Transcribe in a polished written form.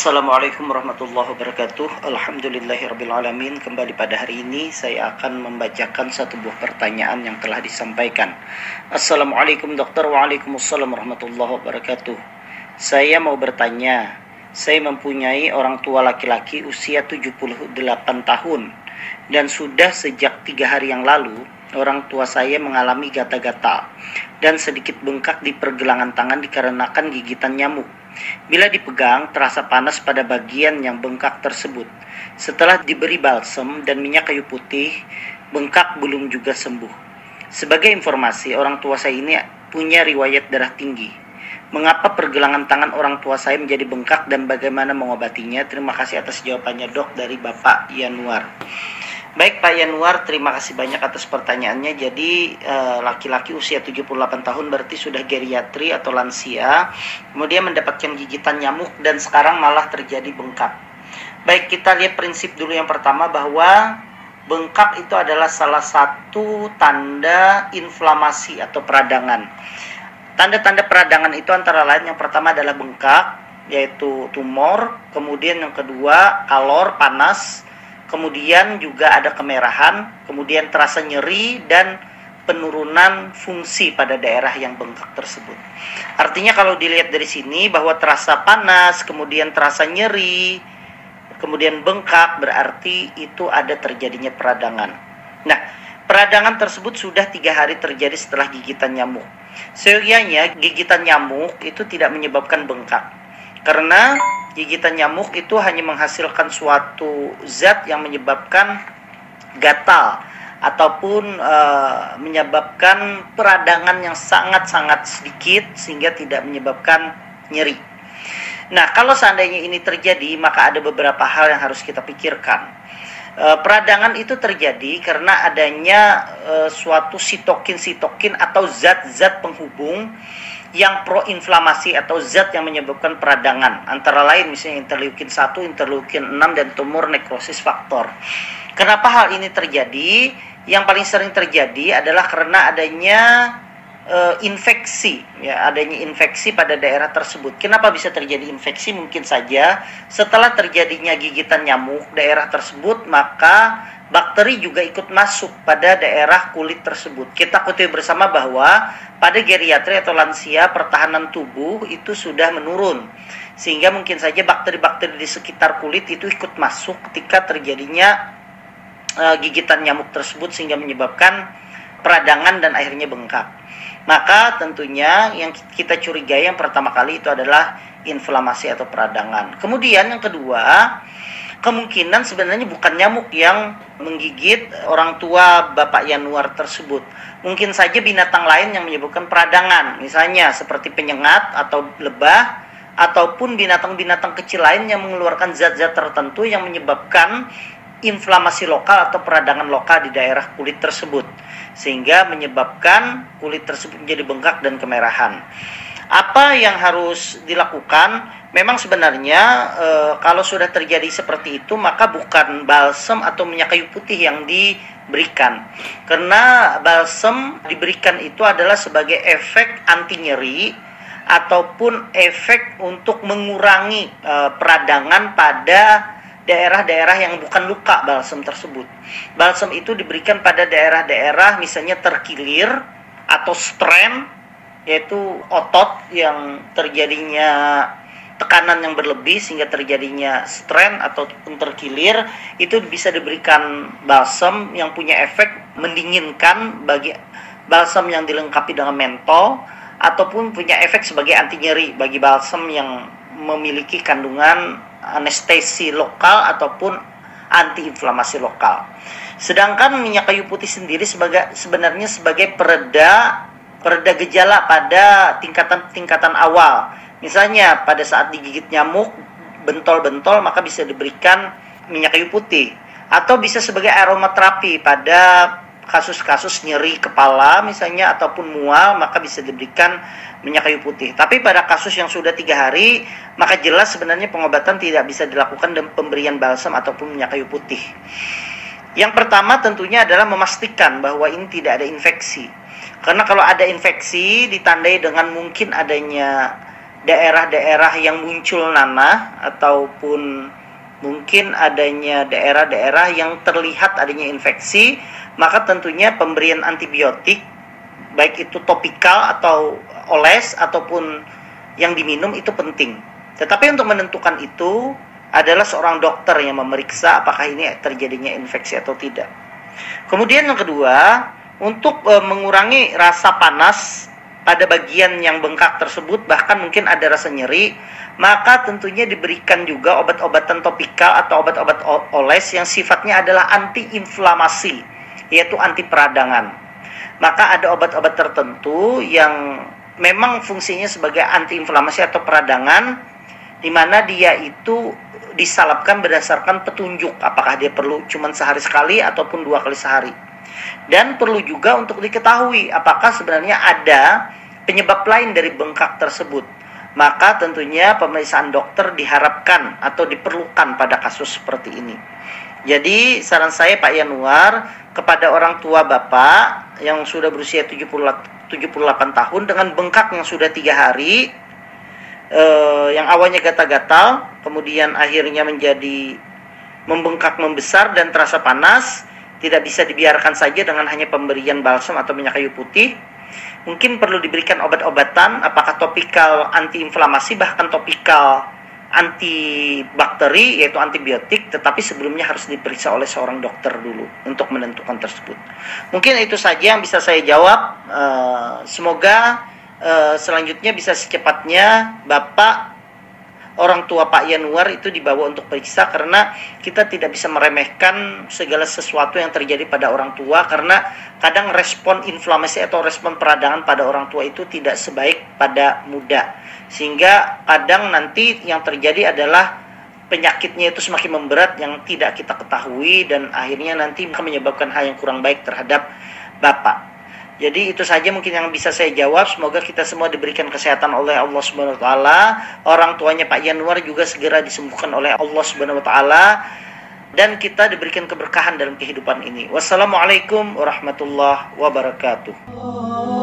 Assalamualaikum warahmatullahi wabarakatuh. Alhamdulillahirrabbilalamin. Kembali pada hari ini saya akan membacakan satu buah pertanyaan yang telah disampaikan. Assalamualaikum dokter. Waalaikumsalam warahmatullahi wabarakatuh. Saya mau bertanya. Saya mempunyai orang tua laki-laki usia 78 tahun. Dan sudah sejak 3 hari yang lalu orang tua saya mengalami gatal-gatal dan sedikit bengkak di pergelangan tangan dikarenakan gigitan nyamuk. Bila dipegang, terasa panas pada bagian yang bengkak tersebut. Setelah diberi balsem dan minyak kayu putih, bengkak belum juga sembuh. Sebagai informasi, orang tua saya ini punya riwayat darah tinggi. Mengapa pergelangan tangan orang tua saya menjadi bengkak dan bagaimana mengobatinya? Terima kasih atas jawabannya, Dok, dari Bapak Yanuar. Baik Pak Yanuar, terima kasih banyak atas pertanyaannya. Jadi laki-laki usia 78 tahun berarti sudah geriatri atau lansia, kemudian mendapatkan gigitan nyamuk dan sekarang malah terjadi bengkak. Baik, kita lihat prinsip dulu yang pertama bahwa bengkak itu adalah salah satu tanda inflamasi atau peradangan. Tanda-tanda peradangan itu antara lain yang pertama adalah bengkak, yaitu tumor, kemudian yang kedua kalor, panas, kemudian juga ada kemerahan, kemudian terasa nyeri dan penurunan fungsi pada daerah yang bengkak tersebut. Artinya kalau dilihat dari sini bahwa terasa panas, kemudian terasa nyeri, kemudian bengkak, berarti itu ada terjadinya peradangan. Nah, peradangan tersebut sudah 3 hari terjadi setelah gigitan nyamuk. Seyogianya gigitan nyamuk itu tidak menyebabkan bengkak. Karena gigitan nyamuk itu hanya menghasilkan suatu zat yang menyebabkan gatal ataupun menyebabkan peradangan yang sangat-sangat sedikit sehingga tidak menyebabkan nyeri. Nah, kalau seandainya ini terjadi, maka ada beberapa hal yang harus kita pikirkan. Peradangan itu terjadi karena adanya suatu sitokin atau zat-zat penghubung yang proinflamasi atau zat yang menyebabkan peradangan. Antara lain misalnya interleukin 1, interleukin 6 dan tumor nekrosis faktor. Kenapa hal ini terjadi? Yang paling sering terjadi adalah karena adanya infeksi, ya, adanya infeksi pada daerah tersebut. Kenapa bisa terjadi infeksi? Mungkin saja setelah terjadinya gigitan nyamuk daerah tersebut, maka bakteri juga ikut masuk pada daerah kulit tersebut. Kita ketahui bersama bahwa pada geriatri atau lansia pertahanan tubuh itu sudah menurun, sehingga mungkin saja bakteri-bakteri di sekitar kulit itu ikut masuk ketika terjadinya gigitan nyamuk tersebut sehingga menyebabkan peradangan dan akhirnya bengkak. Maka tentunya yang kita curigai yang pertama kali itu adalah inflamasi atau peradangan. Kemudian yang kedua, kemungkinan sebenarnya bukan nyamuk yang menggigit orang tua Bapak Yanuar tersebut. Mungkin saja binatang lain yang menyebabkan peradangan, misalnya seperti penyengat atau lebah, ataupun binatang-binatang kecil lain yang mengeluarkan zat-zat tertentu yang menyebabkan inflamasi lokal atau peradangan lokal di daerah kulit tersebut, sehingga menyebabkan kulit tersebut menjadi bengkak dan kemerahan. Apa yang harus dilakukan? Memang sebenarnya kalau sudah terjadi seperti itu, maka bukan balsem atau minyak kayu putih yang diberikan. Karena balsem diberikan itu adalah sebagai efek anti nyeri ataupun efek untuk mengurangi peradangan pada daerah-daerah yang bukan luka balsem tersebut. Balsem itu diberikan pada daerah-daerah misalnya terkilir atau strain, yaitu otot yang terjadinya tekanan yang berlebih sehingga terjadinya strain ataupun terkilir, itu bisa diberikan balsem yang punya efek mendinginkan bagi balsem yang dilengkapi dengan mentol, ataupun punya efek sebagai anti nyeri bagi balsem yang memiliki kandungan anestesi lokal ataupun antiinflamasi lokal. Sedangkan minyak kayu putih sendiri sebenarnya sebagai pereda gejala pada tingkatan awal. Misalnya pada saat digigit nyamuk bentol-bentol, maka bisa diberikan minyak kayu putih, atau bisa sebagai aromaterapi pada kasus-kasus nyeri kepala misalnya ataupun mual, maka bisa diberikan minyak kayu putih. Tapi pada kasus yang sudah 3 hari, maka jelas sebenarnya pengobatan tidak bisa dilakukan dengan pemberian balsam ataupun minyak kayu putih. Yang pertama tentunya adalah memastikan bahwa ini tidak ada infeksi. Karena kalau ada infeksi ditandai dengan mungkin adanya daerah-daerah yang muncul nanah ataupun mungkin adanya daerah-daerah yang terlihat adanya infeksi, maka tentunya pemberian antibiotik baik itu topikal atau oles ataupun yang diminum itu penting. Tetapi untuk menentukan itu adalah seorang dokter yang memeriksa apakah ini terjadinya infeksi atau tidak. Kemudian yang kedua, untuk mengurangi rasa panas pada bagian yang bengkak tersebut, bahkan mungkin ada rasa nyeri, maka tentunya diberikan juga obat-obatan topikal atau obat-obat oles yang sifatnya adalah anti-inflamasi, yaitu anti peradangan. Maka ada obat-obat tertentu yang memang fungsinya sebagai anti-inflamasi atau peradangan, di mana dia itu disalapkan berdasarkan petunjuk, apakah dia perlu cuma sehari sekali ataupun 2 kali sehari. Dan perlu juga untuk diketahui apakah sebenarnya ada penyebab lain dari bengkak tersebut. Maka tentunya pemeriksaan dokter diharapkan atau diperlukan pada kasus seperti ini. Jadi saran saya Pak Yanuar kepada orang tua Bapak yang sudah berusia 78 tahun dengan bengkak yang sudah 3 hari, yang awalnya gatal-gatal, kemudian akhirnya menjadi membengkak, membesar dan terasa panas, tidak bisa dibiarkan saja dengan hanya pemberian balsam atau minyak kayu putih. Mungkin perlu diberikan obat-obatan, apakah topikal antiinflamasi, bahkan topikal antibakteri, yaitu antibiotik, tetapi sebelumnya harus diperiksa oleh seorang dokter dulu untuk menentukan tersebut. Mungkin itu saja yang bisa saya jawab. Semoga selanjutnya bisa secepatnya Bapak, orang tua Pak Yanuar itu dibawa untuk periksa, karena kita tidak bisa meremehkan segala sesuatu yang terjadi pada orang tua, karena kadang respon inflamasi atau respon peradangan pada orang tua itu tidak sebaik pada muda, sehingga kadang nanti yang terjadi adalah penyakitnya itu semakin memberat yang tidak kita ketahui, dan akhirnya nanti menyebabkan hal yang kurang baik terhadap Bapak. Jadi itu saja mungkin yang bisa saya jawab. Semoga kita semua diberikan kesehatan oleh Allah Subhanahu wa taala. Orang tuanya Pak Yanuar juga segera disembuhkan oleh Allah Subhanahu wa taala, dan kita diberikan keberkahan dalam kehidupan ini. Wassalamualaikum warahmatullahi wabarakatuh.